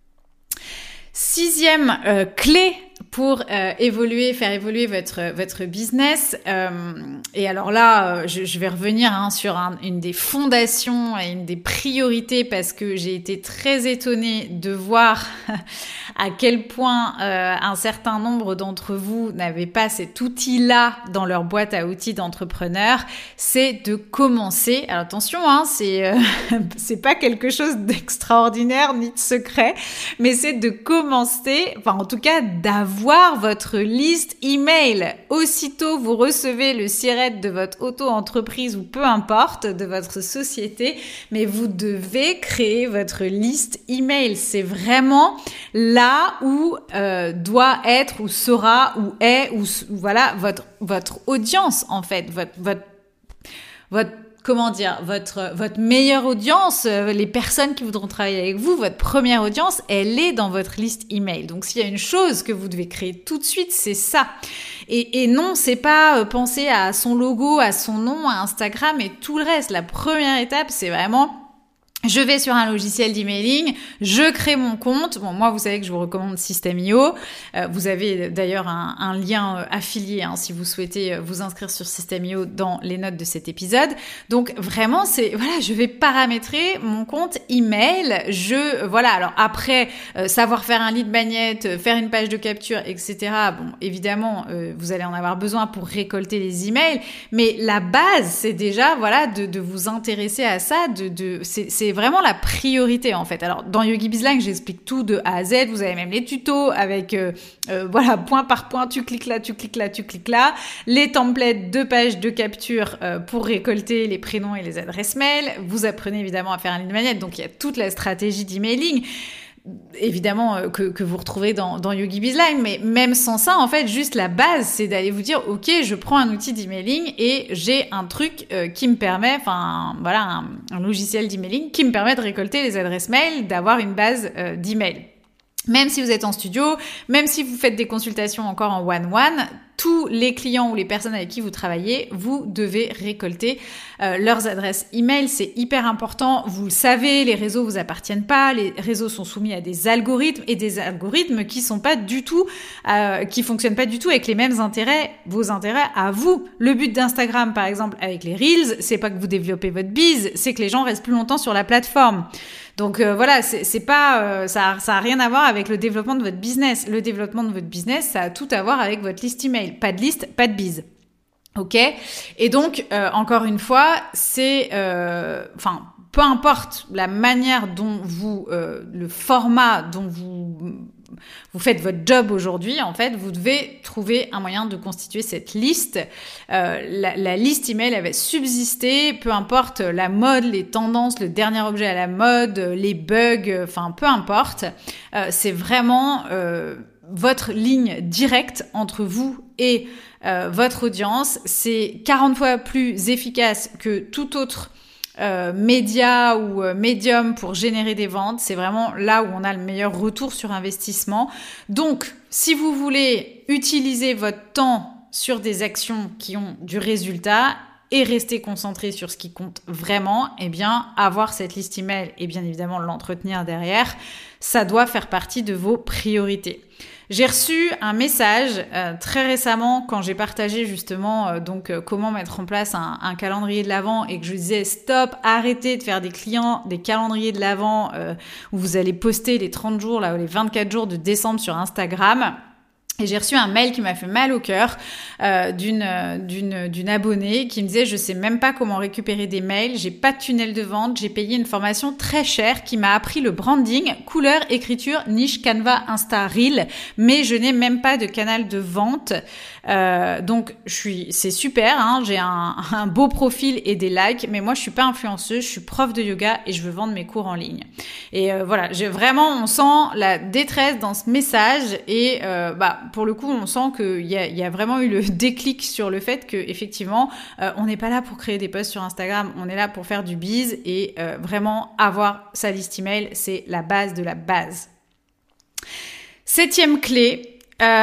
A: 6e clé pour faire évoluer votre business. Et alors là, je vais revenir sur une des fondations et une des priorités parce que j'ai été très étonnée de voir à quel point un certain nombre d'entre vous n'avaient pas cet outil-là dans leur boîte à outils d'entrepreneur. C'est de commencer. Alors attention, c'est pas quelque chose d'extraordinaire ni de secret, mais c'est de commencer, en tout cas d'avoir votre liste email. Aussitôt vous recevez le siret de votre auto-entreprise ou peu importe, de votre société, mais vous devez créer votre liste email. C'est vraiment là où doit être ou sera ou est ou voilà votre audience en fait, votre meilleure audience, les personnes qui voudront travailler avec vous, votre première audience, elle est dans votre liste email. Donc s'il y a une chose que vous devez créer tout de suite, c'est ça. Et non, c'est pas penser à son logo, à son nom, à Instagram et tout le reste. La première étape, c'est vraiment je vais sur un logiciel d'emailing, je crée mon compte. Bon, moi, vous savez que je vous recommande System.io. Vous avez d'ailleurs un lien affilié si vous souhaitez vous inscrire sur System.io dans les notes de cet épisode. Donc, vraiment, je vais paramétrer mon compte email. Alors après, savoir faire un lead magnet, faire une page de capture, etc. Bon, évidemment, vous allez en avoir besoin pour récolter les emails. Mais la base, c'est déjà, de vous intéresser à ça, c'est vraiment la priorité en fait. Alors dans Yogi Bizline, j'explique tout de A à Z. Vous avez même les tutos avec voilà, point par point, tu cliques là, tu cliques là, tu cliques là. Les templates de pages de capture pour récolter les prénoms et les adresses mail. Vous apprenez évidemment à faire un lead magnet, donc il y a toute la stratégie d'emailing. Évidemment que vous retrouvez dans Yogi Bizline, mais même sans ça, en fait, juste la base, c'est d'aller vous dire, ok, je prends un outil d'emailing et j'ai un truc qui me permet, enfin voilà, un logiciel d'emailing qui me permet de récolter les adresses mail, d'avoir une base d'email. Même si vous êtes en studio, même si vous faites des consultations encore en one-one, tous les clients ou les personnes avec qui vous travaillez, vous devez récolter leurs adresses email. C'est hyper important. Vous le savez, les réseaux vous appartiennent pas. Les réseaux sont soumis à des algorithmes et des algorithmes qui sont pas du tout, qui fonctionnent pas du tout avec les mêmes intérêts, vos intérêts à vous. Le but d'Instagram, par exemple, avec les Reels, c'est pas que vous développez votre bise, c'est que les gens restent plus longtemps sur la plateforme. Donc voilà, c'est pas ça a rien à voir avec le développement de votre business. Le développement de votre business, ça a tout à voir avec votre liste email. Pas de liste, pas de bise. Ok ? Et donc encore une fois, c'est peu importe la manière dont vous le format dont vous faites votre job aujourd'hui, en fait, vous devez trouver un moyen de constituer cette liste. La liste email, elle va subsister, peu importe la mode, les tendances, le dernier objet à la mode, les bugs, enfin, peu importe. C'est vraiment votre ligne directe entre vous et votre audience. C'est 40 fois plus efficace que tout autre média ou médium pour générer des ventes. C'est vraiment là où on a le meilleur retour sur investissement. Donc, si vous voulez utiliser votre temps sur des actions qui ont du résultat et rester concentré sur ce qui compte vraiment, eh bien, avoir cette liste email et bien évidemment l'entretenir derrière, ça doit faire partie de vos priorités. J'ai reçu un message très récemment quand j'ai partagé justement comment mettre en place un calendrier de l'Avent et que je disais stop, arrêtez de faire des calendriers de l'Avent où vous allez poster les 30 jours là ou les 24 jours de décembre sur Instagram. Et j'ai reçu un mail qui m'a fait mal au cœur d'une abonnée qui me disait je sais même pas comment récupérer des mails, j'ai pas de tunnel de vente, j'ai payé une formation très chère qui m'a appris le branding, couleur, écriture, niche, Canva, Insta, Reel, mais je n'ai même pas de canal de vente. Donc c'est super, hein, j'ai un beau profil et des likes, mais moi je suis pas influenceuse, je suis prof de yoga et je veux vendre mes cours en ligne. Et voilà, on sent la détresse dans ce message et pour le coup, on sent qu'il y a vraiment eu le déclic sur le fait que effectivement, on n'est pas là pour créer des posts sur Instagram, on est là pour faire du biz et vraiment avoir sa liste email, c'est la base de la base. Septième clé,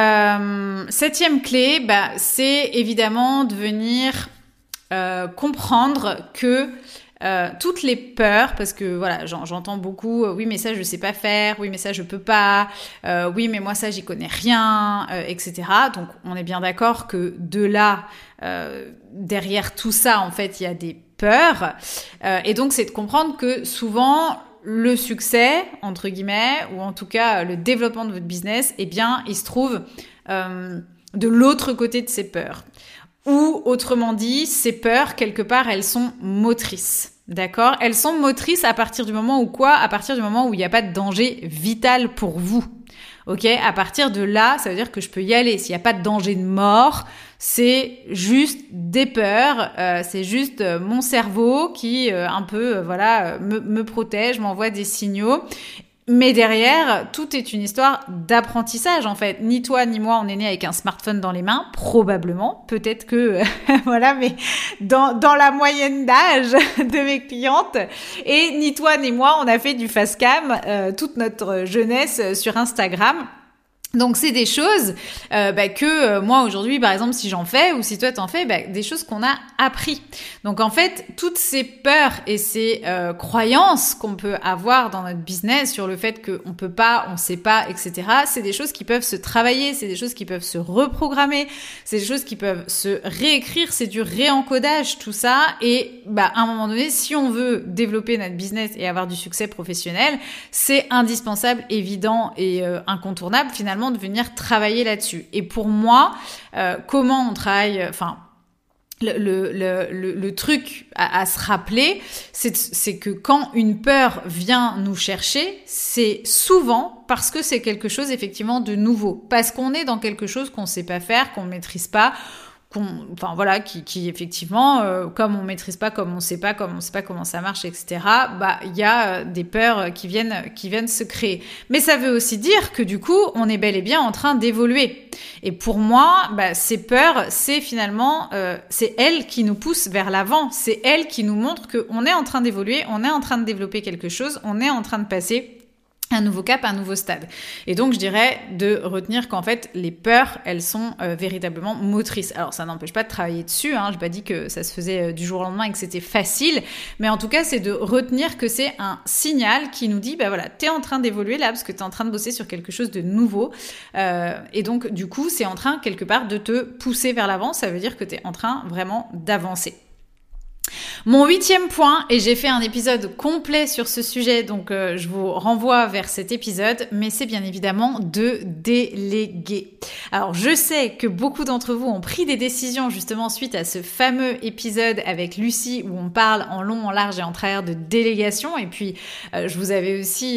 A: c'est évidemment de venir comprendre que toutes les peurs, parce que voilà, j'entends beaucoup, oui mais ça je sais pas faire, oui mais ça je peux pas, oui mais moi ça j'y connais rien, etc. Donc on est bien d'accord que de là, derrière tout ça en fait il y a des peurs, et donc c'est de comprendre que souvent le succès entre guillemets, ou en tout cas le développement de votre business, eh bien il se trouve de l'autre côté de ces peurs. Ou autrement dit, ces peurs quelque part elles sont motrices. D'accord ? Elles sont motrices à partir du moment où quoi ? À partir du moment où il n'y a pas de danger vital pour vous. Ok ? À partir de là, ça veut dire que je peux y aller. S'il n'y a pas de danger de mort, c'est juste des peurs. C'est juste mon cerveau qui un peu me protège, m'envoie des signaux. Mais derrière, tout est une histoire d'apprentissage en fait. Ni toi ni moi on est né avec un smartphone dans les mains, probablement. Peut-être que voilà, mais dans la moyenne d'âge de mes clientes, et ni toi ni moi on a fait du face cam toute notre jeunesse sur Instagram. Donc c'est des choses que moi aujourd'hui par exemple si j'en fais ou si toi t'en fais, des choses qu'on a appris. Donc en fait toutes ces peurs et ces croyances qu'on peut avoir dans notre business sur le fait qu'on peut pas, on sait pas, etc. C'est des choses qui peuvent se travailler, c'est des choses qui peuvent se reprogrammer, c'est des choses qui peuvent se réécrire, c'est du réencodage tout ça. Et à un moment donné si on veut développer notre business et avoir du succès professionnel, c'est indispensable, évident et incontournable finalement de venir travailler là-dessus. Et pour moi, comment on travaille, le truc à se rappeler, c'est que quand une peur vient nous chercher, c'est souvent parce que c'est quelque chose effectivement de nouveau, parce qu'on est dans quelque chose qu'on sait pas faire, qu'on maîtrise pas, qui effectivement, comme on maîtrise pas, comme on sait pas comment ça marche, etc. Il y a des peurs qui viennent se créer. Mais ça veut aussi dire que du coup, on est bel et bien en train d'évoluer. Et pour moi, ces peurs, c'est finalement, c'est elles qui nous poussent vers l'avant. C'est elles qui nous montrent qu'on est en train d'évoluer, on est en train de développer quelque chose, on est en train de passer un nouveau cap, un nouveau stade. Et donc, je dirais de retenir qu'en fait, les peurs, elles sont véritablement motrices. Alors, ça n'empêche pas de travailler dessus, hein. Je n'ai pas dit que ça se faisait du jour au lendemain et que c'était facile, mais en tout cas, c'est de retenir que c'est un signal qui nous dit, t'es en train d'évoluer là, parce que t'es en train de bosser sur quelque chose de nouveau. Et donc, du coup, c'est en train, quelque part, de te pousser vers l'avant. Ça veut dire que t'es en train vraiment d'avancer. Mon 8e point, et j'ai fait un épisode complet sur ce sujet, donc je vous renvoie vers cet épisode, mais c'est bien évidemment de déléguer. Alors je sais que beaucoup d'entre vous ont pris des décisions justement suite à ce fameux épisode avec Lucie où on parle en long, en large et en travers de délégation, et puis je vous avais aussi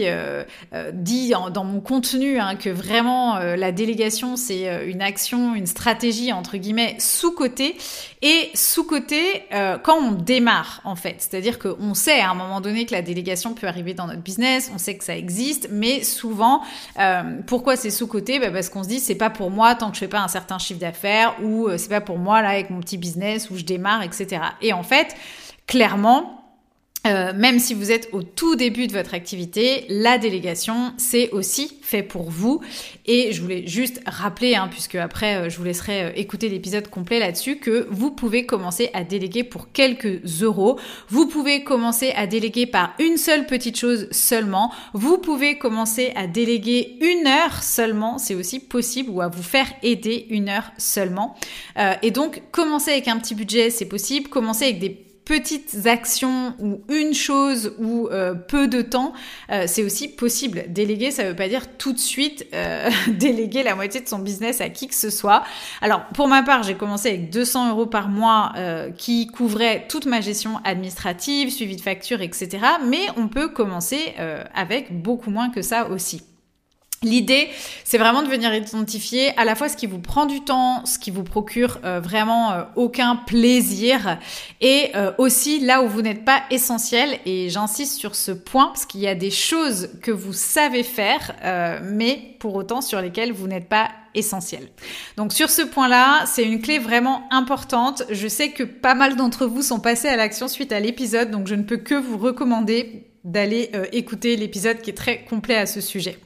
A: dit dans mon contenu que vraiment la délégation c'est une action, une stratégie entre guillemets sous-cotée, et sous-cotée quand on démarre en fait, c'est-à-dire qu'on sait à un moment donné que la délégation peut arriver dans notre business, on sait que ça existe, mais souvent pourquoi c'est sous-coté? Parce qu'on se dit c'est pas pour moi tant que je fais pas un certain chiffre d'affaires, ou c'est pas pour moi là avec mon petit business où je démarre, etc. Et en fait, clairement, même si vous êtes au tout début de votre activité, la délégation, c'est aussi fait pour vous. Et je voulais juste rappeler, puisque après, je vous laisserai écouter l'épisode complet là-dessus, que vous pouvez commencer à déléguer pour quelques euros. Vous pouvez commencer à déléguer par une seule petite chose seulement. Vous pouvez commencer à déléguer 1 heure seulement. C'est aussi possible, ou à vous faire aider 1 heure seulement. Et donc, commencer avec un petit budget, c'est possible. Commencer avec des petites actions ou une chose ou peu de temps, c'est aussi possible. Déléguer, ça veut pas dire tout de suite déléguer la moitié de son business à qui que ce soit. Alors, pour ma part, j'ai commencé avec 200 € par mois qui couvraient toute ma gestion administrative, suivi de factures, etc. Mais on peut commencer avec beaucoup moins que ça aussi. L'idée, c'est vraiment de venir identifier à la fois ce qui vous prend du temps, ce qui vous procure vraiment aucun plaisir, et aussi là où vous n'êtes pas essentiel. Et j'insiste sur ce point parce qu'il y a des choses que vous savez faire, mais pour autant sur lesquelles vous n'êtes pas essentiel. Donc sur ce point-là, c'est une clé vraiment importante. Je sais que pas mal d'entre vous sont passés à l'action suite à l'épisode, donc je ne peux que vous recommander d'aller écouter l'épisode qui est très complet à ce sujet.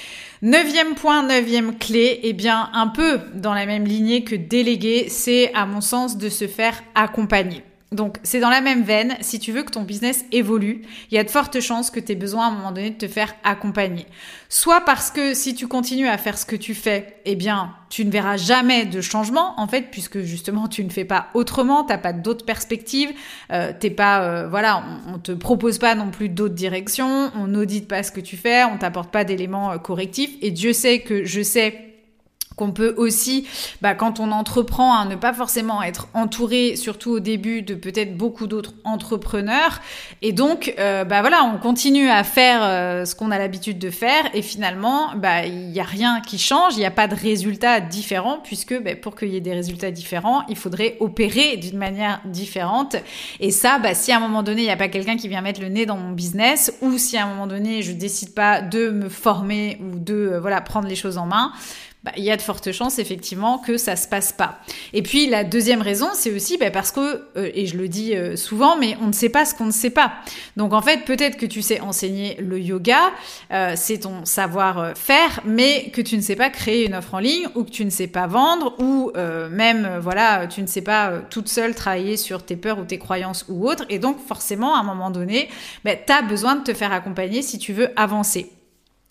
A: 9e point, 9e clé, un peu dans la même lignée que déléguer, c'est à mon sens de se faire accompagner. Donc, c'est dans la même veine. Si tu veux que ton business évolue, il y a de fortes chances que tu aies besoin à un moment donné de te faire accompagner. Soit parce que si tu continues à faire ce que tu fais, tu ne verras jamais de changement, en fait, puisque justement, tu ne fais pas autrement, t'as pas d'autres perspectives, t'es pas, on te propose pas non plus d'autres directions, on n'audite pas ce que tu fais, on t'apporte pas d'éléments correctifs, et Dieu sait que je sais qu'on peut aussi, quand on entreprend, ne pas forcément être entouré, surtout au début, de peut-être beaucoup d'autres entrepreneurs. Et donc, on continue à faire ce qu'on a l'habitude de faire. Et finalement, il n'y a rien qui change, il n'y a pas de résultats différents, puisque pour qu'il y ait des résultats différents, il faudrait opérer d'une manière différente. Et ça, si à un moment donné, il n'y a pas quelqu'un qui vient mettre le nez dans mon business, ou si à un moment donné, je décide pas de me former ou de prendre les choses en main, il y a de fortes chances effectivement que ça se passe pas. Et puis la deuxième raison, c'est aussi parce que, et je le dis souvent, mais on ne sait pas ce qu'on ne sait pas. Donc en fait, peut-être que tu sais enseigner le yoga, c'est ton savoir-faire, mais que tu ne sais pas créer une offre en ligne, ou que tu ne sais pas vendre, ou tu ne sais pas toute seule travailler sur tes peurs ou tes croyances ou autres. Et donc forcément, à un moment donné, tu as besoin de te faire accompagner si tu veux avancer.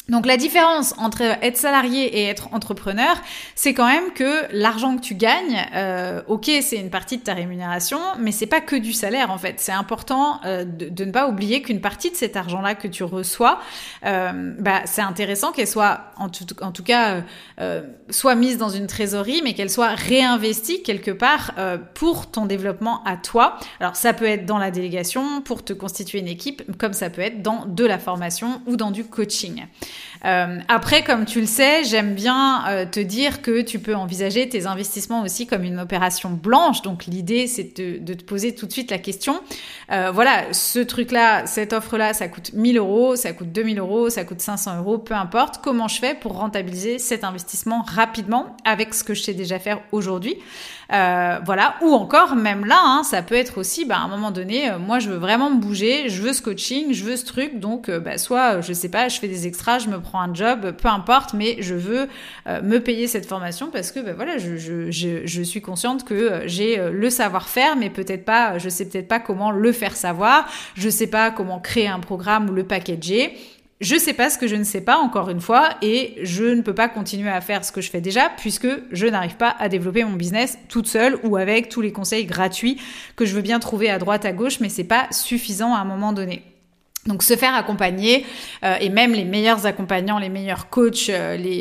A: Donc la différence entre être salarié et être entrepreneur, c'est quand même que l'argent que tu gagnes, ok, c'est une partie de ta rémunération, mais c'est pas que du salaire en fait. C'est important de ne pas oublier qu'une partie de cet argent-là que tu reçois, c'est intéressant qu'elle soit, en tout cas, soit mise dans une trésorerie, mais qu'elle soit réinvestie quelque part pour ton développement à toi. Alors ça peut être dans la délégation, pour te constituer une équipe, comme ça peut être dans de la formation ou dans du coaching. Après, comme tu le sais, j'aime bien te dire que tu peux envisager tes investissements aussi comme une opération blanche. Donc l'idée, c'est de te poser tout de suite la question. Voilà, ce truc-là, cette offre-là, ça coûte 1 000 €, ça coûte 2 000 €, ça coûte 500 €, peu importe. Comment je fais pour rentabiliser cet investissement rapidement avec ce que je sais déjà faire aujourd'hui? Voilà. Ou encore, même là, ça peut être aussi, à un moment donné, moi, je veux vraiment me bouger, je veux ce coaching, je veux ce truc. Donc, soit, je sais pas, je fais des extras, je me prends un job, peu importe, mais je veux me payer cette formation parce que, voilà, je suis consciente que j'ai le savoir-faire, mais peut-être pas, je sais peut-être pas comment le faire savoir, je sais pas comment créer un programme ou le packager. Je sais pas ce que je ne sais pas, encore une fois, et je ne peux pas continuer à faire ce que je fais déjà puisque je n'arrive pas à développer mon business toute seule ou avec tous les conseils gratuits que je veux bien trouver à droite, à gauche, mais c'est pas suffisant à un moment donné. Donc, se faire accompagner, et même les meilleurs accompagnants, les meilleurs coachs,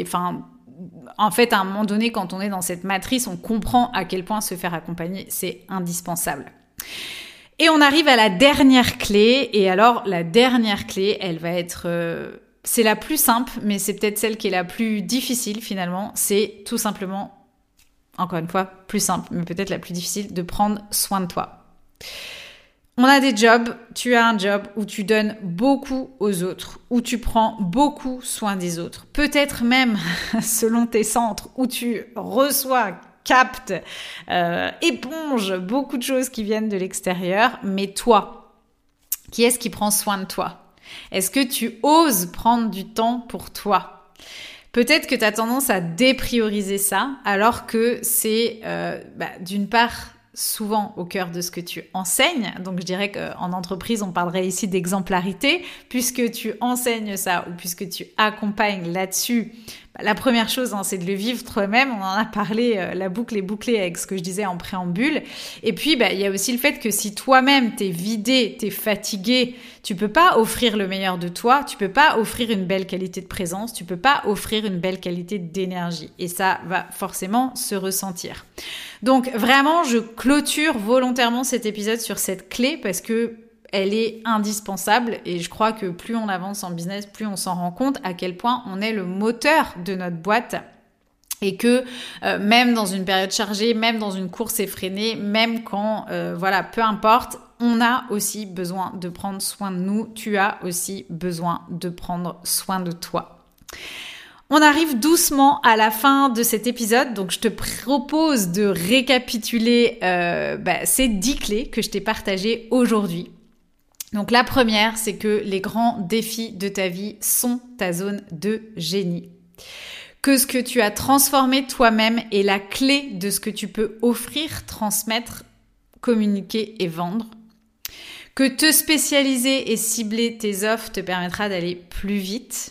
A: en fait, à un moment donné, quand on est dans cette matrice, on comprend à quel point se faire accompagner, c'est indispensable. Et on arrive à la dernière clé. Et alors, la dernière clé, elle va être... c'est la plus simple, mais c'est peut-être celle qui est la plus difficile finalement. C'est tout simplement, encore une fois, plus simple, mais peut-être la plus difficile, de prendre soin de toi. On a des jobs, tu as un job où tu donnes beaucoup aux autres, où tu prends beaucoup soin des autres. Peut-être même, selon tes centres, où tu reçois, capte, éponge beaucoup de choses qui viennent de l'extérieur. Mais toi, qui est-ce qui prend soin de toi? Est-ce que tu oses prendre du temps pour toi? Peut-être que tu as tendance à déprioriser ça, alors que c'est d'une part souvent au cœur de ce que tu enseignes. Donc je dirais qu'en entreprise, on parlerait ici d'exemplarité. Puisque tu enseignes ça ou puisque tu accompagnes là-dessus, la première chose, c'est de le vivre toi-même. On en a parlé, la boucle est bouclée avec ce que je disais en préambule. Et puis, il y a aussi le fait que si toi-même t'es vidé, t'es fatigué, tu peux pas offrir le meilleur de toi, tu peux pas offrir une belle qualité de présence, tu peux pas offrir une belle qualité d'énergie. Et ça va forcément se ressentir. Donc vraiment, je clôture volontairement cet épisode sur cette clé parce que elle est indispensable et je crois que plus on avance en business, plus on s'en rend compte à quel point on est le moteur de notre boîte et que même dans une période chargée, même dans une course effrénée, même quand, peu importe, on a aussi besoin de prendre soin de nous. Tu as aussi besoin de prendre soin de toi. On arrive doucement à la fin de cet épisode, donc je te propose de récapituler ces 10 clés que je t'ai partagées aujourd'hui. Donc la première, c'est que les grands défis de ta vie sont ta zone de génie. Que ce que tu as transformé toi-même est la clé de ce que tu peux offrir, transmettre, communiquer et vendre. Que te spécialiser et cibler tes offres te permettra d'aller plus vite.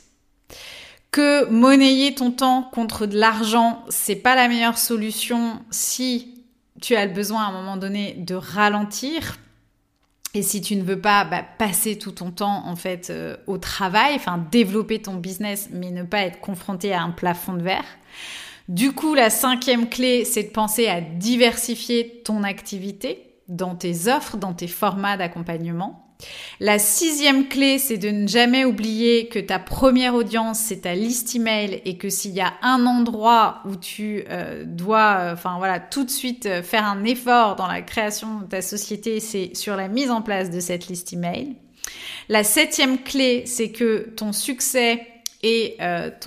A: Que monnayer ton temps contre de l'argent, c'est pas la meilleure solution si tu as le besoin à un moment donné de ralentir. Et si tu ne veux pas passer tout ton temps en fait au travail, développer ton business mais ne pas être confronté à un plafond de verre. Du coup, la 5e clé, c'est de penser à diversifier ton activité dans tes offres, dans tes formats d'accompagnement. La 6e clé, c'est de ne jamais oublier que ta première audience, c'est ta liste email et que s'il y a un endroit où tu dois tout de suite faire un effort dans la création de ta société, c'est sur la mise en place de cette liste email. La 7e clé, c'est que ton succès et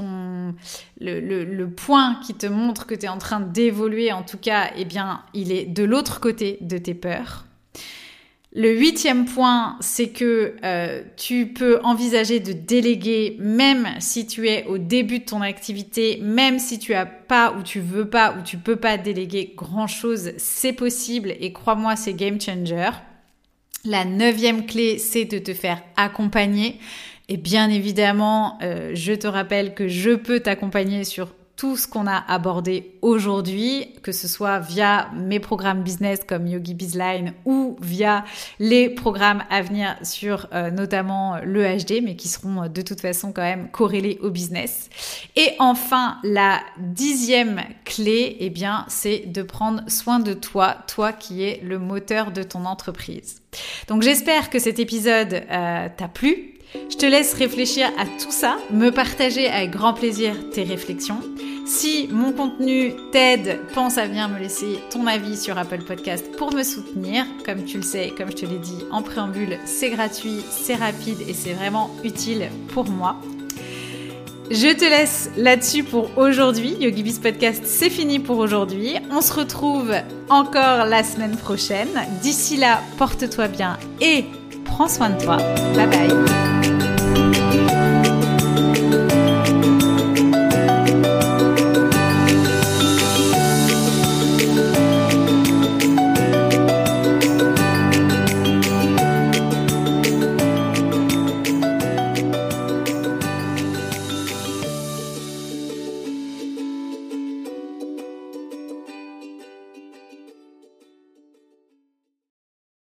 A: le point qui te montre que tu es en train d'évoluer, en tout cas, il est de l'autre côté de tes peurs. Le 8e point, c'est que tu peux envisager de déléguer même si tu es au début de ton activité, même si tu as pas ou tu veux pas ou tu peux pas déléguer grand-chose, c'est possible et crois-moi, c'est game changer. La 9e clé, c'est de te faire accompagner Et bien évidemment, je te rappelle que je peux t'accompagner sur tout ce qu'on a abordé aujourd'hui, que ce soit via mes programmes business comme Yogi Bizline ou via les programmes à venir sur notamment le HD, mais qui seront de toute façon quand même corrélés au business. Et enfin, la 10e clé, eh bien, c'est de prendre soin de toi, toi qui es le moteur de ton entreprise. Donc j'espère que cet épisode t'a plu. Je te laisse réfléchir à tout ça, me partager avec grand plaisir tes réflexions. Si mon contenu t'aide, pense à venir me laisser ton avis sur Apple Podcast pour me soutenir. Comme tu le sais, comme je te l'ai dit en préambule, c'est gratuit, c'est rapide et c'est vraiment utile pour moi. Je te laisse là-dessus pour aujourd'hui. YogiBiz Podcast, c'est fini pour aujourd'hui. On se retrouve encore la semaine prochaine. D'ici là, porte-toi bien et prends soin de toi. Bye bye.